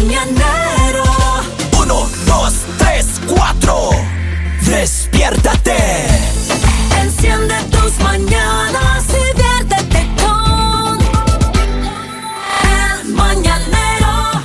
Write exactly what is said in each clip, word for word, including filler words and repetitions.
mañanero. Uno, dos, tres, cuatro. Despiértate. Enciende tus mañanas y viértete con El Mañanero.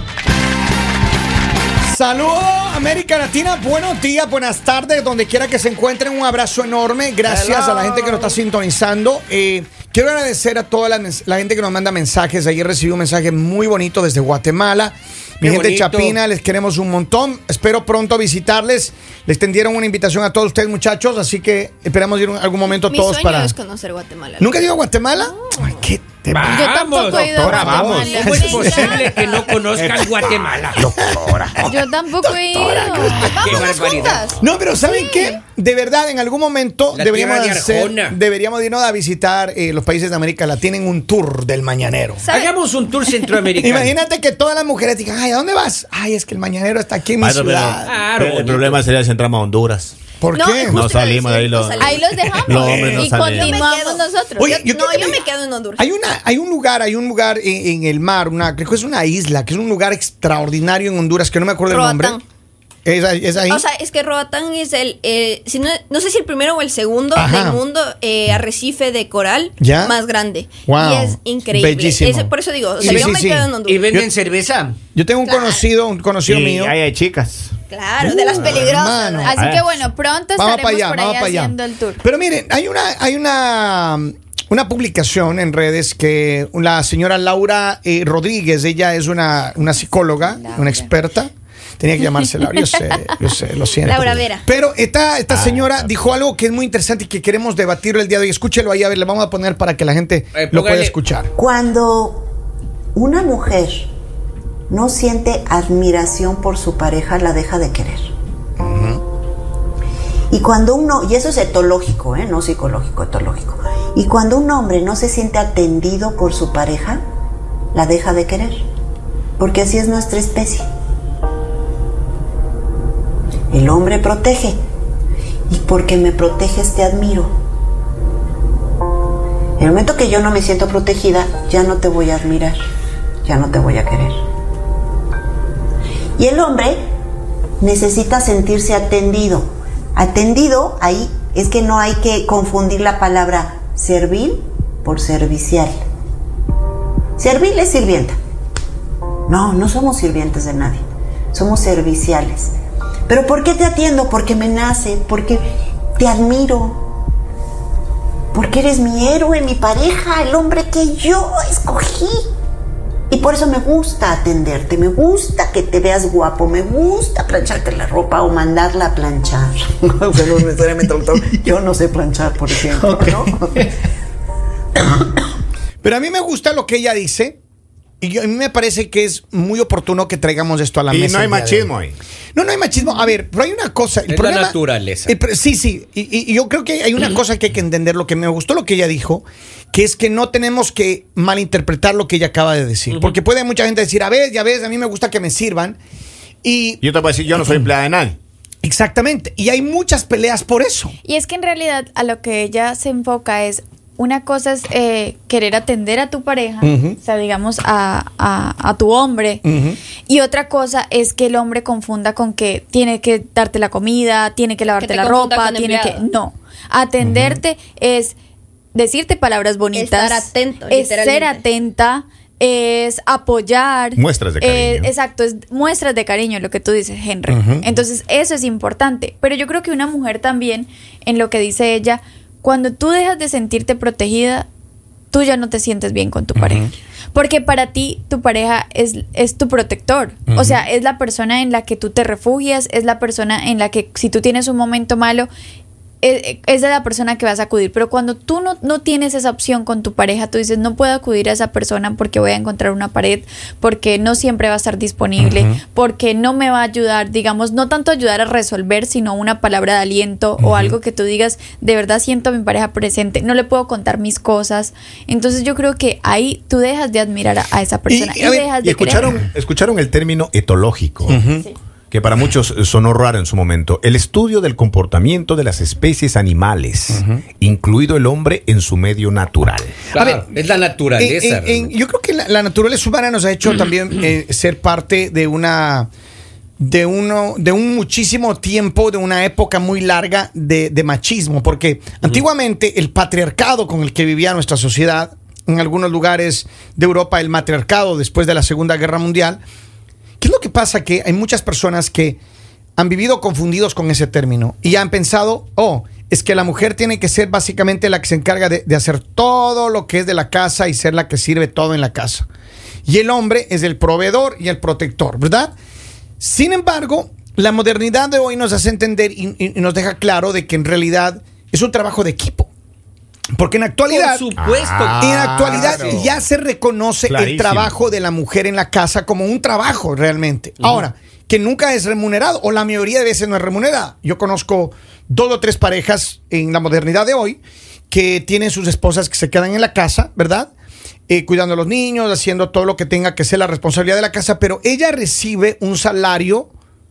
Saludos, América Latina. Buenos días, buenas tardes, donde quiera que se encuentren. Un abrazo enorme. Gracias Hello. a la gente que nos está sintonizando. Eh, quiero agradecer a toda la, la gente que nos manda mensajes. Ayer recibí un mensaje muy bonito desde Guatemala. Mi Qué gente bonito. chapina, les queremos un montón. Espero pronto visitarles. Les tendieron una invitación a todos ustedes, muchachos. Así que esperamos ir en algún momento Mi todos sueño para. es conocer Guatemala. ¿Nunca has ido a Guatemala? No. Ay, ¿qué te Vamos, Yo tampoco he ido a doctora, vamos. Guatemala. ¿Cómo es posible que no conozcan Guatemala? Doctora. Yo tampoco he ido. Qué Vamos barbaridad. juntas. No, pero ¿saben Sí. qué? De verdad, en algún momento La deberíamos tierra de hacer, Arjona. deberíamos irnos a visitar eh, los países de América Latina en un tour del mañanero. ¿Sabe? Hagamos un tour centroamericano. Imagínate que todas las mujeres digan, ay, ¿a dónde vas? Ay, es que el mañanero está aquí en mi Ah, no, pero- ciudad. Claro, Pero el bonito. problema sería si entramos a Honduras. ¿Por No, qué? justo No salimos de ahí iba a los- decir, Ahí los dejamos. Los hombres no y salen. continuamos Yo me quedo. nosotros. Oye, Yo- yo no, creo yo que- me quedo en Honduras. Hay una, hay un lugar, hay un lugar en, en el mar, una, creo que es una isla, que es un lugar extraordinario en Honduras, que no me acuerdo el nombre. Roatán. ¿Es, ahí- es ahí? O sea, es que Roatán es el, eh, si no, no sé si el primero o el segundo Ajá. del mundo eh, arrecife de coral ¿Ya? más grande. Wow. Y es increíble. Bellísimo. Es- por eso digo, o Sí, sea, yo sí, me sí. quedo en ¿Y Honduras. venden cerveza? Yo tengo un Claro. conocido, un conocido Y mío. ahí hay chicas. Claro, de las peligrosas. hermano. Así Ah, que bueno, pronto Vamos estaremos para allá, por vamos ahí para allá. haciendo el tour. Pero miren, hay una, hay una, una publicación en redes que la señora Laura eh, Rodríguez, ella es una, una psicóloga, Laura. una experta. Tenía que llamarse Laura, yo sé, yo sé, lo siento. Laura Vera. Pero esta, esta Ah, señora está dijo algo que es muy interesante y que queremos debatirlo el día de hoy. Escúchelo ahí, a ver, le vamos a poner para que la gente Eh, lo pueda póngale. escuchar. Cuando una mujer no siente admiración por su pareja, la deja de querer. Y cuando uno, y eso es etológico, ¿eh? No psicológico, etológico. Y cuando un hombre no se siente atendido por su pareja, la deja de querer. Porque así es nuestra especie. El hombre protege. Y porque me proteges te admiro. En el momento que yo no me siento protegida, ya no te voy a admirar, ya no te voy a querer. Y el hombre necesita sentirse atendido. Atendido, ahí es que no hay que confundir la palabra servil por servicial. Servil es sirvienta. No, no somos sirvientes de nadie, somos serviciales. ¿Pero por qué te atiendo? Porque me nace, porque te admiro. Porque eres mi héroe, mi pareja, el hombre que yo escogí. Y por eso me gusta atenderte, me gusta que te veas guapo, me gusta plancharte la ropa o mandarla a planchar. Pero necesariamente, doctor, yo no sé planchar, por ejemplo, ¿no? Pero a mí me gusta lo que ella dice. Y yo- a mí me parece que es muy oportuno que traigamos esto a la Y mesa. no hay el día de machismo hoy. ahí. No, no hay machismo. A ver, pero hay una cosa. El Es la problema, naturaleza. el pre- sí, sí. Y, y- y yo creo que hay una cosa que hay que entender. Lo que me gustó lo que ella dijo, que es que no tenemos que malinterpretar lo que ella acaba de decir. Porque puede mucha gente decir, a ver, ya ves, a mí me gusta que me sirvan. Y Yo te voy a decir, yo no soy empleada de nadie. exactamente. Y hay muchas peleas por eso. Y es que en realidad a lo que ella se enfoca es, una cosa es eh, querer atender a tu pareja, Ujú. o sea, digamos, a, a, a tu hombre, Ujú. y otra cosa es que el hombre confunda con que tiene que darte la comida, tiene que lavarte Que te la confunda ropa, con tiene que... empleado. No, atenderte es decirte palabras bonitas, Estar atento, es ser literalmente. atenta, es apoyar. Muestras de eh, cariño. exacto, es muestras de cariño, lo que tú dices, Henry. Ujú. Entonces, eso es importante. Pero yo creo que una mujer también, en lo que dice ella, cuando tú dejas de sentirte protegida, tú ya no te sientes bien con tu pareja. Porque para ti, tu pareja es, es tu protector. O sea, es la persona en la que tú te refugias, es la persona en la que si tú tienes un momento malo, es, es de la persona que vas a acudir. Pero cuando tú no, no tienes esa opción con tu pareja, tú dices, no puedo acudir a esa persona porque voy a encontrar una pared, porque no siempre va a estar disponible, Ujú. porque no me va a ayudar, digamos, no tanto ayudar a resolver, sino una palabra de aliento o algo que tú digas, de verdad siento a mi pareja presente, no le puedo contar mis cosas. Entonces yo creo que ahí tú dejas de admirar a, a esa persona y, Y, a ver, dejas Y de escucharon, querer. escucharon el término etológico. Sí. que para muchos sonó raro en su momento. El estudio del comportamiento de las especies animales, uh-huh. incluido el hombre en su medio natural. Claro, a ver, es la naturaleza. En, en, en, yo creo que la, la naturaleza humana nos ha hecho también eh, ser parte de una... de uno de un muchísimo tiempo, de una época muy larga de, de machismo, porque uh-huh. antiguamente el patriarcado con el que vivía nuestra sociedad, en algunos lugares de Europa el matriarcado después de la Segunda Guerra Mundial, ¿qué es lo que pasa? Que hay muchas personas que han vivido confundidos con ese término y han pensado, oh, es que la mujer tiene que ser básicamente la que se encarga de, de hacer todo lo que es de la casa y ser la que sirve todo en la casa, y el hombre es el proveedor y el protector, ¿verdad? Sin embargo, la modernidad de hoy nos hace entender y, y nos deja claro de que en realidad es un trabajo de equipo. Porque en la actualidad, por supuesto, ah, en la actualidad claro. ya se reconoce Clarísimo. el trabajo de la mujer en la casa como un trabajo realmente. Uh-huh. Ahora, que nunca es remunerado, o la mayoría de veces no es remunerada. Yo conozco dos o tres parejas en la modernidad de hoy que tienen sus esposas que se quedan en la casa, ¿verdad? Eh, cuidando a los niños, haciendo todo lo que tenga que ser la responsabilidad de la casa, pero ella recibe un salario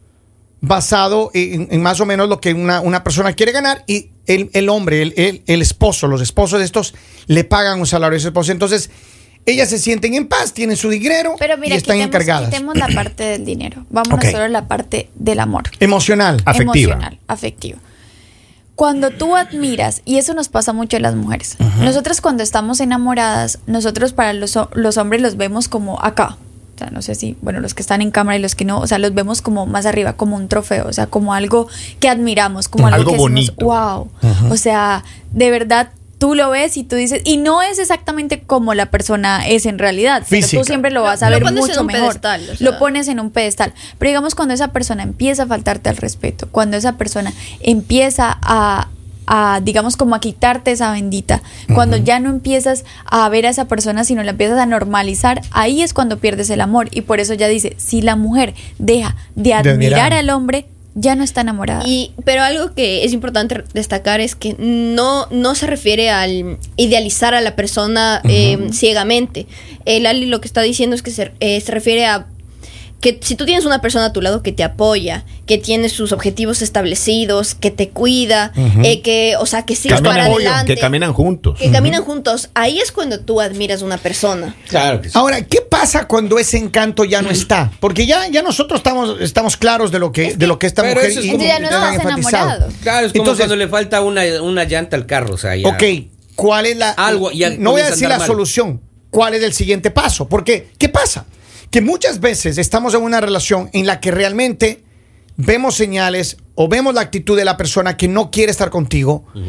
basado en, en más o menos lo que una, una persona quiere ganar, y el, el hombre, el, el, el esposo, los esposos de estos le pagan un salario a ese esposo. Entonces, ellas se sienten en paz, tienen su dinero Pero mira, y están quitemos, encargadas. quitemos la parte del dinero. Vamos Okay. a solo la parte del amor. Emocional. Afectiva. Emocional, afectivo. Cuando tú admiras, y eso nos pasa mucho a las mujeres, uh-huh. nosotros cuando estamos enamoradas, nosotros para los, los hombres los vemos como acá. O sea, no sé si, bueno, los que están en cámara y los que no, o sea, los vemos como más arriba, como un trofeo, o sea, como algo que admiramos, como algo, Algo que bonito. decimos, wow. Uh-huh. O sea, de verdad, tú lo ves y tú dices, y no es exactamente como la persona es en realidad, pero Física. tú siempre lo vas a Lo ver pones en mucho un mejor. pedestal, o sea. Lo pones en un pedestal. Pero digamos, cuando esa persona empieza a faltarte al respeto, cuando esa persona empieza a a, digamos, como a quitarte esa bendita, uh-huh. cuando ya no empiezas a ver a esa persona, sino la empiezas a normalizar, ahí es cuando pierdes el amor. Y por eso ya dice, si la mujer deja de admirar, de admirar. al hombre, ya no está enamorada. Y, pero algo que es importante destacar es que no, no se refiere al idealizar a la persona uh-huh. eh, ciegamente. Eh, Lali lo que está diciendo es que se, eh, se refiere a que si tú tienes una persona a tu lado que te apoya, que tiene sus objetivos establecidos, que te cuida, uh-huh. eh, que, o sea, que sigues para adelante, que caminan juntos, que uh-huh. caminan juntos, ahí es cuando tú admiras a una persona. Claro que sí. Ahora, ¿qué pasa cuando ese encanto ya no está? Porque ya, ya nosotros estamos, estamos claros de lo que, es que de lo que esta mujer eso es y, como, y ya no estás enamorado. Claro, es como Entonces, cuando le falta una, una llanta al carro, o sea, ya. Ok, ¿cuál es la? Algo, ya no voy a comienza a decir andar la mal. solución. ¿Cuál es el siguiente paso? Porque, ¿qué pasa? Que muchas veces estamos en una relación en la que realmente vemos señales o vemos la actitud de la persona que no quiere estar contigo, uh-huh.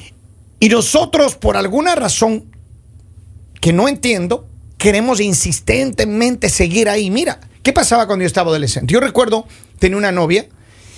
y nosotros, por alguna razón que no entiendo, queremos insistentemente seguir ahí. Mira, ¿qué pasaba cuando yo estaba adolescente? Yo recuerdo tener una novia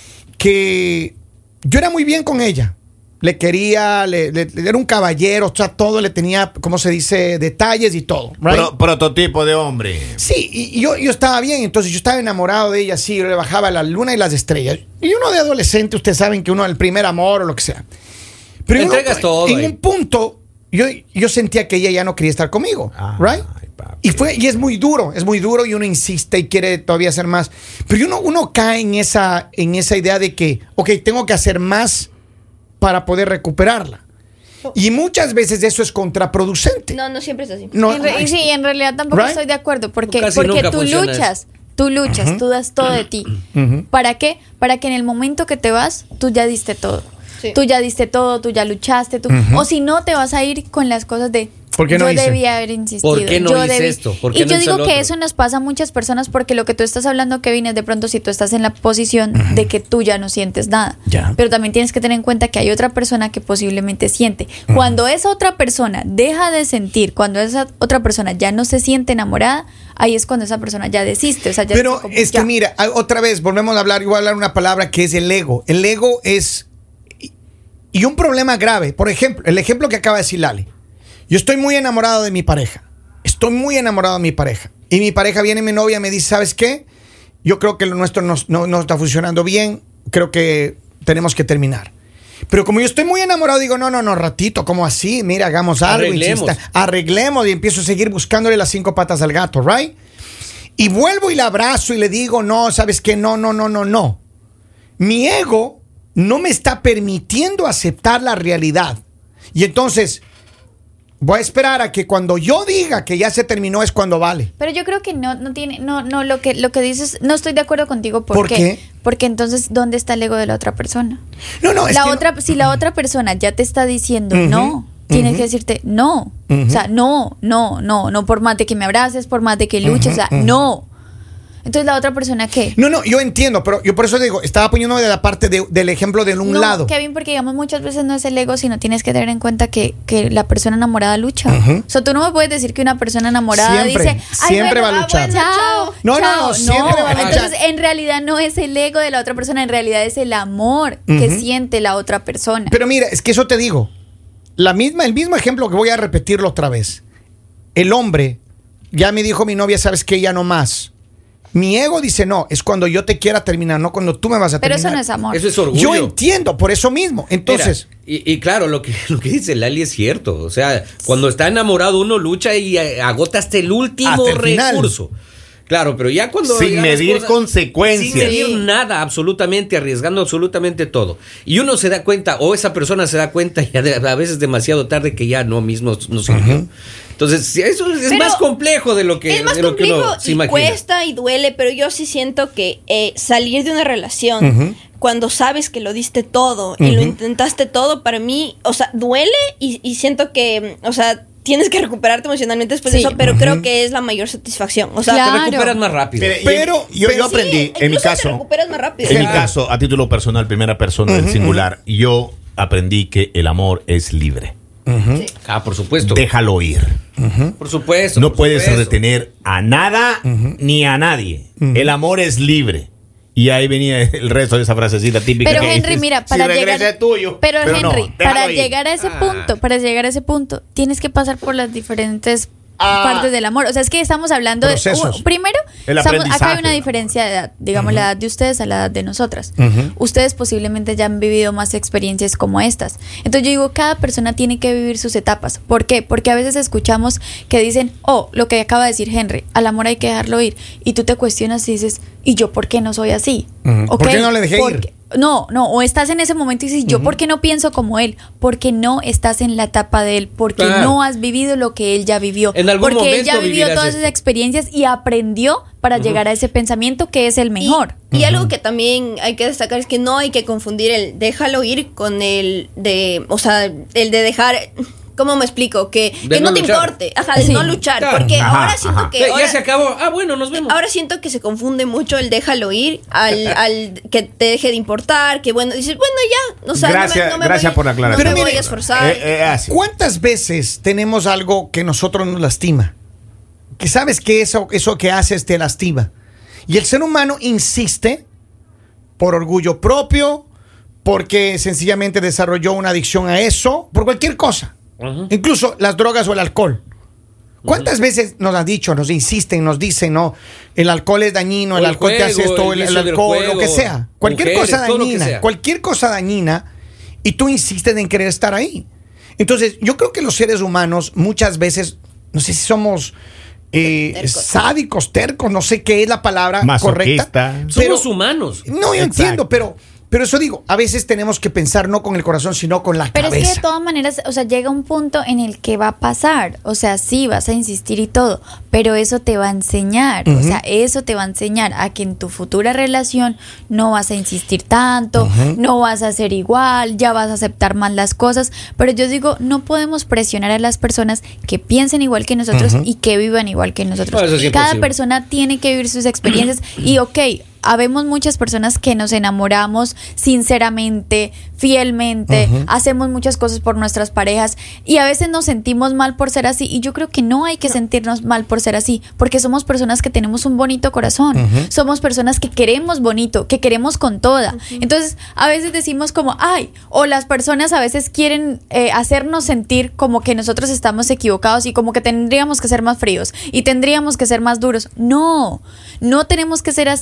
que yo era muy bien con ella. Le quería, le, le, le era un caballero, o sea, todo le tenía, ¿cómo se dice? Detalles y todo. Right? Pro, prototipo de hombre. Sí, y, y yo, yo estaba bien, entonces yo estaba enamorado de ella, sí, yo le bajaba la luna y las estrellas. Y uno de adolescente, ustedes saben que uno, el primer amor o lo que sea. Pero en entregas un, todo en ahí. un punto, yo, yo sentía que ella ya no quería estar conmigo, Ah, right? ay, papi. Y fue, y es muy duro, es muy duro y uno insiste y quiere todavía hacer más. Pero uno, uno cae en esa, en esa idea de que, ok, tengo que hacer más para poder recuperarla. Y muchas veces eso es contraproducente. No, no siempre es así. No, En re- y sí, en realidad tampoco Right? estoy de acuerdo, porque, Casi porque nunca tú funciona luchas, tú luchas, Uh-huh. tú das todo de ti. Uh-huh. ¿Para qué? Para que en el momento que te vas, tú ya diste todo. Sí. Tú ya diste todo, tú ya luchaste, tú, Uh-huh. o si no, te vas a ir con las cosas de ¿Por qué no yo hice? debía haber insistido. ¿Por qué no yo hice debí- esto? ¿Por qué y no yo hice digo lo que otro? eso nos pasa a muchas personas porque lo que tú estás hablando, Kevin, es de pronto si tú estás en la posición uh-huh. de que tú ya no sientes nada. Ya. Pero también tienes que tener en cuenta que hay otra persona que posiblemente siente. Uh-huh. Cuando esa otra persona deja de sentir, cuando esa otra persona ya no se siente enamorada, ahí es cuando esa persona ya desiste. O sea, ya Pero dice como, es ya. que mira, otra vez volvemos a hablar, igual a hablar una palabra que es el ego. El ego es, y un problema grave. Por ejemplo, el ejemplo que acaba de decir Lali. Yo estoy muy enamorado de mi pareja. Estoy muy enamorado de mi pareja. Y mi pareja viene, mi novia, me dice, ¿sabes qué? Yo creo que lo nuestro no, no, no está funcionando bien. Creo que tenemos que terminar. Pero como yo estoy muy enamorado, digo, no, no, no, ratito, ¿cómo así? Mira, hagamos algo. Arreglemos. Insista, arreglemos y empiezo a seguir buscándole las cinco patas al gato, ¿right? y vuelvo y la abrazo y le digo, no, ¿sabes qué? No, no, no, no, no. Mi ego no me está permitiendo aceptar la realidad. Y entonces voy a esperar a que cuando yo diga que ya se terminó es cuando vale. Pero yo creo que no, no tiene, no, no, lo que, lo que dices, no estoy de acuerdo contigo. ¿Por, ¿Por qué? qué? Porque entonces, ¿dónde está el ego de la otra persona? No, no, es la que otra, no. si la otra persona ya te está diciendo Ujú, no, tienes ujú. que decirte no. Ujú. O sea, no, no, no, no por más de que me abraces, por más de que luches, Ujú, o sea, ujú. no. Entonces, ¿la otra persona qué? No, no, yo entiendo, pero yo por eso digo, estaba poniéndome de la parte de- del ejemplo de un No, lado. Kevin, porque digamos muchas veces no es el ego, sino tienes que tener en cuenta que, que la persona enamorada lucha. Ujú. O sea, tú no me puedes decir que una persona enamorada Siempre, dice, "Ay, siempre bueno, va a luchar". ah, bueno, chao, No, no, chao". no, siempre va a luchar. Entonces, en realidad no es el ego de la otra persona, en realidad es el amor que Ujú. siente la otra persona. Pero mira, es que eso te digo. La misma, el mismo ejemplo que voy a repetirlo otra vez. El hombre, ya me dijo mi novia, sabes que ya no más. Mi ego dice no, es cuando yo te quiera terminar, no cuando tú me vas a Pero terminar. eso no es amor. Eso es orgullo. Yo entiendo, por eso mismo. Entonces, Mira, y, y claro, lo que, lo que dice Lali es cierto. O sea, cuando está enamorado uno lucha y eh, agota hasta el último Hasta el final. recurso. Claro, pero ya cuando... Sin ya las medir consecuencias. Sin medir Sí. nada, absolutamente, arriesgando absolutamente todo. Y uno se da cuenta, o esa persona se da cuenta ya de- a veces demasiado tarde que ya no mismo no sirvió. Entonces, sí, eso es Pero más complejo de lo que, es más de lo que complejo uno se y imagina. cuesta y duele, pero yo sí siento que eh, salir de una relación Ujú. cuando sabes que lo diste todo y lo intentaste todo, para mí, o sea, duele y, y siento que, o sea, tienes que recuperarte emocionalmente después Sí. de eso, pero creo que es la mayor satisfacción. O sea, Claro. Te recuperas más rápido. Pero, Pero- yo, pero- yo aprendí, sí, en mi incluso te caso, recuperas más rápido. en mi Claro. caso, a título personal, primera persona del singular, yo aprendí que el amor es libre. Ah, por supuesto. Déjalo ir. Por supuesto. No por puedes supuesto. retener a nada ni a nadie. El amor es libre. Y ahí venía el resto de esa frasecita típica. Pero que Henry, dices, mira, si para regresa llegar es tuyo. Pero, no, Henry, déjalo para ir. llegar a ese Ah. punto, para llegar a ese punto, tienes que pasar por las diferentes Ah. partes del amor. O sea, es que estamos hablando Procesos. de uh, primero, El estamos- acá hay aprendizaje. una diferencia de edad, digamos la edad de ustedes a la edad de nosotras. Ujú. Ustedes posiblemente ya han vivido más experiencias como estas. Entonces yo digo, cada persona tiene que vivir sus etapas. ¿Por qué? Porque a veces escuchamos que dicen, "Oh, lo que acaba de decir Henry, al amor hay que dejarlo ir." Y tú te cuestionas y dices, "¿Y yo por qué no soy así?" Ujú. ¿Por ¿Ok? qué no le dejé ir? Porque- No, no, o estás en ese momento y dices, "¿Yo por qué no pienso como él?" Porque no estás en la etapa de él, porque Claro. no has vivido lo que él ya vivió. En algún porque él ya momento vivió vivirás todas esto. esas experiencias y aprendió para llegar a ese pensamiento que es el Y- mejor. Y, algo que también hay que destacar es que no hay que confundir el déjalo ir con el de, o sea, el de dejar, ¿cómo me explico? Que, De que no no te luchar. importe, ajá, de Sí. no luchar, Claro. porque Ajá, ahora siento ajá. que Ya, ya ahora, se acabó. Ah, bueno, nos vemos. ahora siento que se confunde mucho el déjalo ir al, al que te deje de importar, que bueno, dices, bueno, ya, o sea, Gracias- no me, no me gracias voy, por la aclaración. no me Pero voy mire, a esforzar. Eh, eh, así. ¿cuántas veces tenemos algo que nosotros nos lastima? Que sabes que eso, eso que haces te lastima. Y el ser humano insiste por orgullo propio, porque sencillamente desarrolló una adicción a eso, por cualquier cosa. Ujú. Incluso las drogas o el alcohol. ¿Cuántas veces nos han dicho, nos insisten, nos dicen, no, el alcohol es dañino, O el el alcohol te juego, hace esto, el el, el vicio del alcohol, juego, lo que sea? Cualquier mujeres, cosa todo lo que dañina, sea. cualquier cosa dañina, y tú insistes en querer estar ahí. Entonces, yo creo que los seres humanos muchas veces, no sé si somos eh, Tercos. sádicos, tercos, no sé qué es la palabra Masoquista. correcta. Somos humanos. No, yo Exacto. entiendo, pero, pero eso digo, a veces tenemos que pensar no con el corazón, sino con la Pero cabeza. es que de todas maneras, o sea, llega un punto en el que va a pasar. O sea, sí, vas a insistir y todo, pero eso te va a enseñar. O sea, eso te va a enseñar a que en tu futura relación no vas a insistir tanto, no vas a ser igual, ya vas a aceptar más las cosas. Pero yo digo, no podemos presionar a las personas que piensen igual que nosotros y que vivan igual que nosotros. No, eso es Cada imposible. persona tiene que vivir sus experiencias y ok. Habemos muchas personas que nos enamoramos sinceramente, fielmente, hacemos muchas cosas por nuestras parejas y a veces nos sentimos mal por ser así y yo creo que no hay que sentirnos mal por ser así porque somos personas que tenemos un bonito corazón, somos personas que queremos bonito, que queremos con toda. Entonces a veces decimos como, ay, o las personas a veces quieren eh, hacernos sentir como que nosotros estamos equivocados y como que tendríamos que ser más fríos y tendríamos que ser más duros. No, no tenemos que ser así, no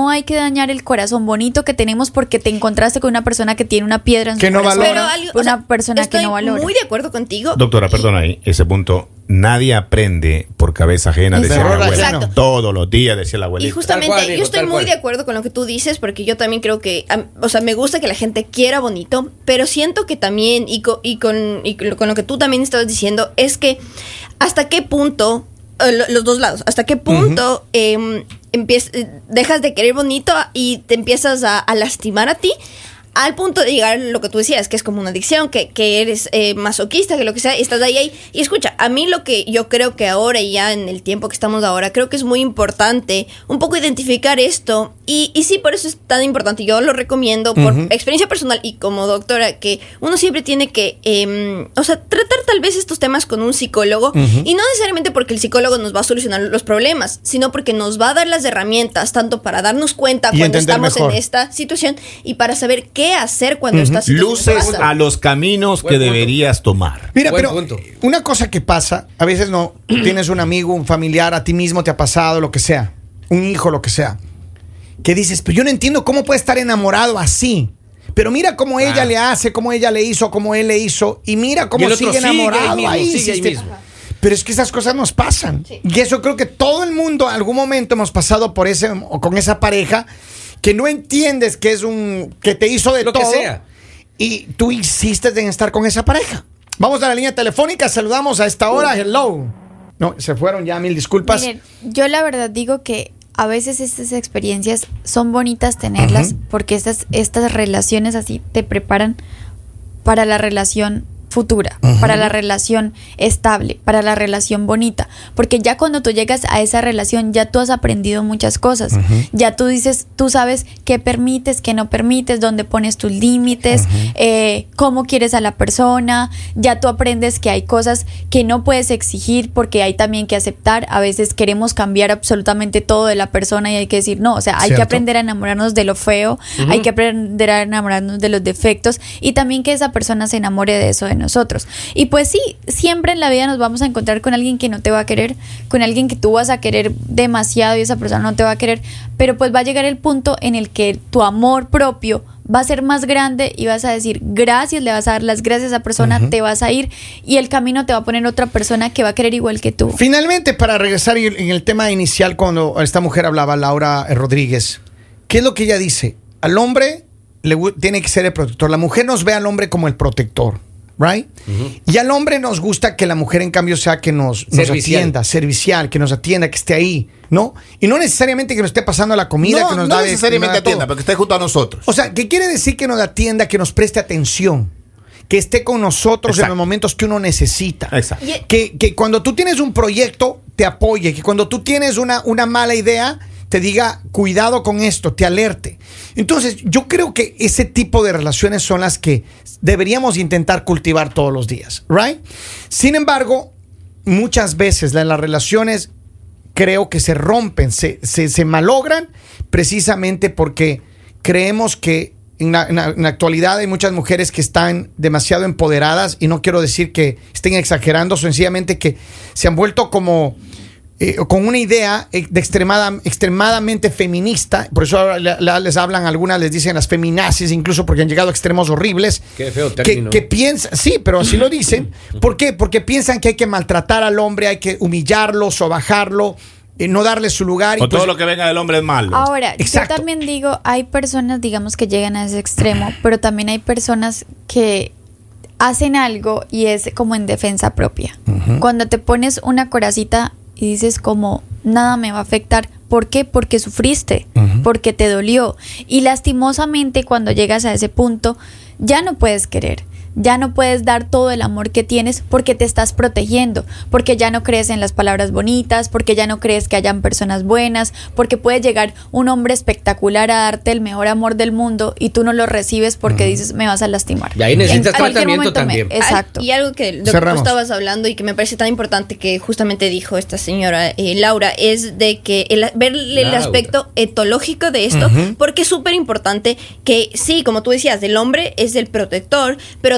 no hay que dañar el corazón bonito que tenemos porque te encontraste con una persona que tiene una piedra en su Que no corazón. valora. Pero algo- o una sea, persona que estoy no valora. muy de acuerdo contigo. Doctora, perdona ahí, ese punto. Nadie aprende por cabeza ajena, decía Error la abuela. ajeno. Todos los días decía la abuelita. Y justamente, Tal cual, hijo, yo estoy tal muy cual. de acuerdo con lo que tú dices, porque yo también creo que, am- o sea, me gusta que la gente quiera bonito, pero siento que también, y, co- y, con, y con lo que tú también estabas diciendo, es que hasta qué punto, eh, lo- los dos lados, hasta qué punto em, empiez- eh, dejas de querer bonito y te empiezas a, a lastimar a ti. Al punto de llegar a lo que tú decías, que es como una adicción, que, que eres eh, masoquista, que lo que sea, y estás ahí, ahí. Y escucha, a mí lo que yo creo que ahora y ya en el tiempo que estamos ahora, creo que es muy importante un poco identificar esto. Y, y sí, por eso es tan importante. Yo lo recomiendo por Ujú. experiencia personal y como doctora, que uno siempre tiene que, eh, o sea, tratar tal vez estos temas con un psicólogo. Y no necesariamente porque el psicólogo nos va a solucionar los problemas, sino porque nos va a dar las herramientas, tanto para darnos cuenta Y cuando entender estamos mejor. en esta situación y para saber qué hacer cuando esta situación Luces pasa. a los caminos Buen que punto. deberías tomar. Mira, Buen pero punto. una cosa que pasa, a veces no, tienes un amigo, un familiar, a ti mismo te ha pasado, lo que sea, un hijo, lo que sea, que dices, pero yo no entiendo cómo puede estar enamorado así. Pero mira cómo Ah. ella le hace, cómo ella le hizo, cómo él le hizo, y mira Y cómo el otro sigue sigue ahí enamorado mismo, ahí. sigue ahí sí, sí. mismo. Pero es que esas cosas nos pasan. Sí. Y eso creo que todo el mundo, en algún momento hemos pasado por ese, o con esa pareja, que no entiendes que es un, que te hizo de Lo que todo. sea. Y tú insistes en estar con esa pareja. Vamos a la línea telefónica, saludamos a esta hora. Hello. No, se fueron ya, mil disculpas. Miren, yo la verdad digo que a veces estas experiencias son bonitas tenerlas Ujú. porque estas, estas relaciones así te preparan para la relación futura, Ujú. para la relación estable, para la relación bonita, porque ya cuando tú llegas a esa relación ya tú has aprendido muchas cosas, ya tú dices, tú sabes qué permites, qué no permites, dónde pones tus límites, eh, cómo quieres a la persona, ya tú aprendes que hay cosas que no puedes exigir porque hay también que aceptar, a veces queremos cambiar absolutamente todo de la persona y hay que decir no, o sea, hay Cierto. que aprender a enamorarnos de lo feo, hay que aprender a enamorarnos de los defectos y también que esa persona se enamore de eso de nosotros. Y pues sí, siempre en la vida nos vamos a encontrar con alguien que no te va a querer, con alguien que tú vas a querer demasiado y esa persona no te va a querer, pero pues va a llegar el punto en el que tu amor propio va a ser más grande y vas a decir gracias, le vas a dar las gracias a esa persona, te vas a ir y el camino te va a poner otra persona que va a querer igual que tú. Finalmente, para regresar en en el tema inicial, cuando esta mujer hablaba, Laura eh, Rodríguez, ¿qué es lo que ella dice? Al hombre le gu- tiene que ser el protector. La mujer nos ve al hombre como el protector, ¿right? Y al hombre nos gusta que la mujer, en cambio, sea que nos, nos Servicial. atienda, servicial, que nos atienda, que esté ahí, ¿no? Y no necesariamente que nos esté pasando la comida, no, que nos no da de- necesariamente que nos da atienda, todo. porque esté junto a nosotros. O sea, ¿qué quiere decir que nos atienda, que nos preste atención? Que esté con nosotros en Exacto. los momentos que uno necesita. Exacto. Y- Que, que cuando tú tienes un proyecto, te apoye. Que cuando tú tienes una, una mala idea, te diga, cuidado con esto, te alerte. Entonces, yo creo que ese tipo de relaciones son las que deberíamos intentar cultivar todos los días, ¿right? Sin embargo, muchas veces la- las relaciones creo que se rompen, se, se, se malogran precisamente porque creemos que en la, en la- en la actualidad hay muchas mujeres que están demasiado empoderadas y no quiero decir que estén exagerando, sencillamente que se han vuelto como eh, con una idea eh, de extremada, extremadamente feminista, por eso ahora la- la- les hablan algunas, les dicen las feminazis, incluso porque han llegado a extremos horribles. Qué feo que, término. que piensan, sí, pero así lo dicen. ¿Por qué? Porque piensan que hay que maltratar al hombre, hay que humillarlo, sobajarlo, eh, no darle su lugar. Y O todo pues- lo que venga del hombre es malo. Ahora, Exacto. yo también digo, hay personas, digamos, que llegan a ese extremo, pero también hay personas que hacen algo y es como en defensa propia. Cuando te pones una coracita y dices como, nada me va a afectar. ¿Por qué? Porque sufriste, porque te dolió. Y lastimosamente cuando llegas a ese punto, ya no puedes querer. Ya no puedes dar todo el amor que tienes porque te estás protegiendo, porque ya no crees en las palabras bonitas, porque ya no crees que hayan personas buenas, porque puede llegar un hombre espectacular a darte el mejor amor del mundo y tú no lo recibes porque dices me vas a lastimar. Y ahí necesitas En cualquier tratamiento momento me- también. Exacto. Al- Y algo que, de lo que tú Cerramos. estabas hablando y que me parece tan importante que justamente dijo esta señora eh, Laura es de que el, ver el Laura. aspecto etológico de esto, porque es súper importante que sí, como tú decías, el hombre es el protector, pero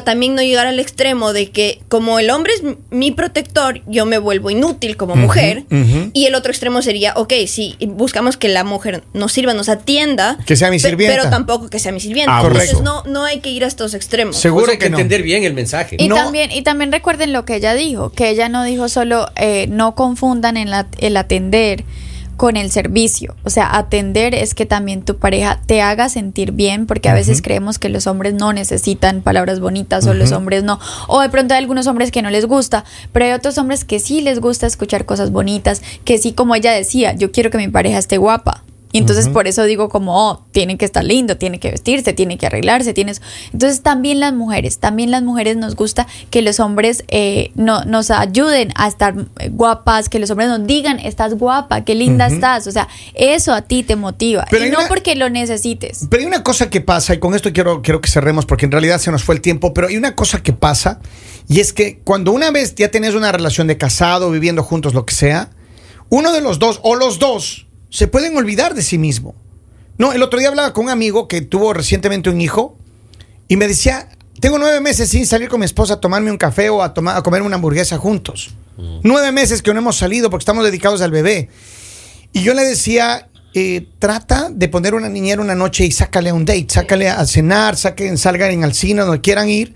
pero también no llegar al extremo de que como el hombre es mi protector, yo me vuelvo inútil como mujer. ujú. Y el otro extremo sería, ok, sí, buscamos que la mujer nos sirva, nos atienda. Que sea mi pe- sirvienta. Pero tampoco que sea mi sirvienta. Ah, Entonces correcto. no, no hay que ir a estos extremos. Seguro Pues hay que que no. entender bien el mensaje. Y, No. también, y también recuerden lo que ella dijo, que ella no dijo solo, eh, no confundan en la- el atender con el servicio. O sea, atender es que también tu pareja te haga sentir bien, porque a veces creemos que los hombres no necesitan palabras bonitas o los hombres no. O de pronto hay algunos hombres que no les gusta, pero hay otros hombres que sí les gusta escuchar cosas bonitas, que sí, como ella decía, yo quiero que mi pareja esté guapa. Y entonces por eso digo como, oh, tiene que estar lindo, tiene que vestirse, tiene que arreglarse, tienes... Entonces también las mujeres, también las mujeres nos gusta que los hombres eh, no, nos ayuden a estar eh, guapas, que los hombres nos digan, estás guapa, qué linda estás. O sea, eso a ti te motiva. Pero y hay no una- porque lo necesites. Pero hay una cosa que pasa, y con esto quiero, quiero que cerremos porque en realidad se nos fue el tiempo, pero hay una cosa que pasa, y es que cuando una vez ya tenés una relación de casado, viviendo juntos, lo que sea, uno de los dos o los dos se pueden olvidar de sí mismo. No, el otro día hablaba con un amigo que tuvo recientemente un hijo y me decía, tengo nueve meses sin salir con mi esposa a tomarme un café o a, tomar, a comer una hamburguesa juntos. Nueve meses que no hemos salido porque estamos dedicados al bebé. Y yo le decía, eh, trata de poner una niñera una noche y sácale a un date, sácale a cenar, saquen, salgan al cine, donde quieran ir.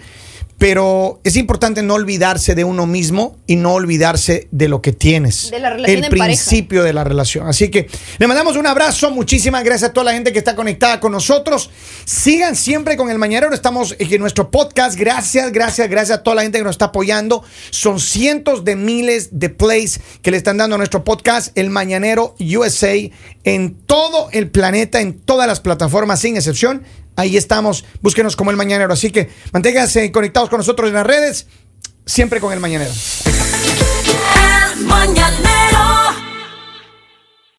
Pero es importante no olvidarse de uno mismo y no olvidarse de lo que tienes. De la relación El en pareja. principio de la relación. Así que le mandamos un abrazo. Muchísimas gracias a toda la gente que está conectada con nosotros. Sigan siempre con El Mañanero. Estamos en nuestro podcast. Gracias, gracias, gracias a toda la gente que nos está apoyando. Son cientos de miles de plays que le están dando a nuestro podcast El Mañanero U S A en todo el planeta, en todas las plataformas, sin excepción. Ahí estamos, búsquenos como El Mañanero. Así que manténganse conectados con nosotros en las redes, siempre con El Mañanero. El Mañanero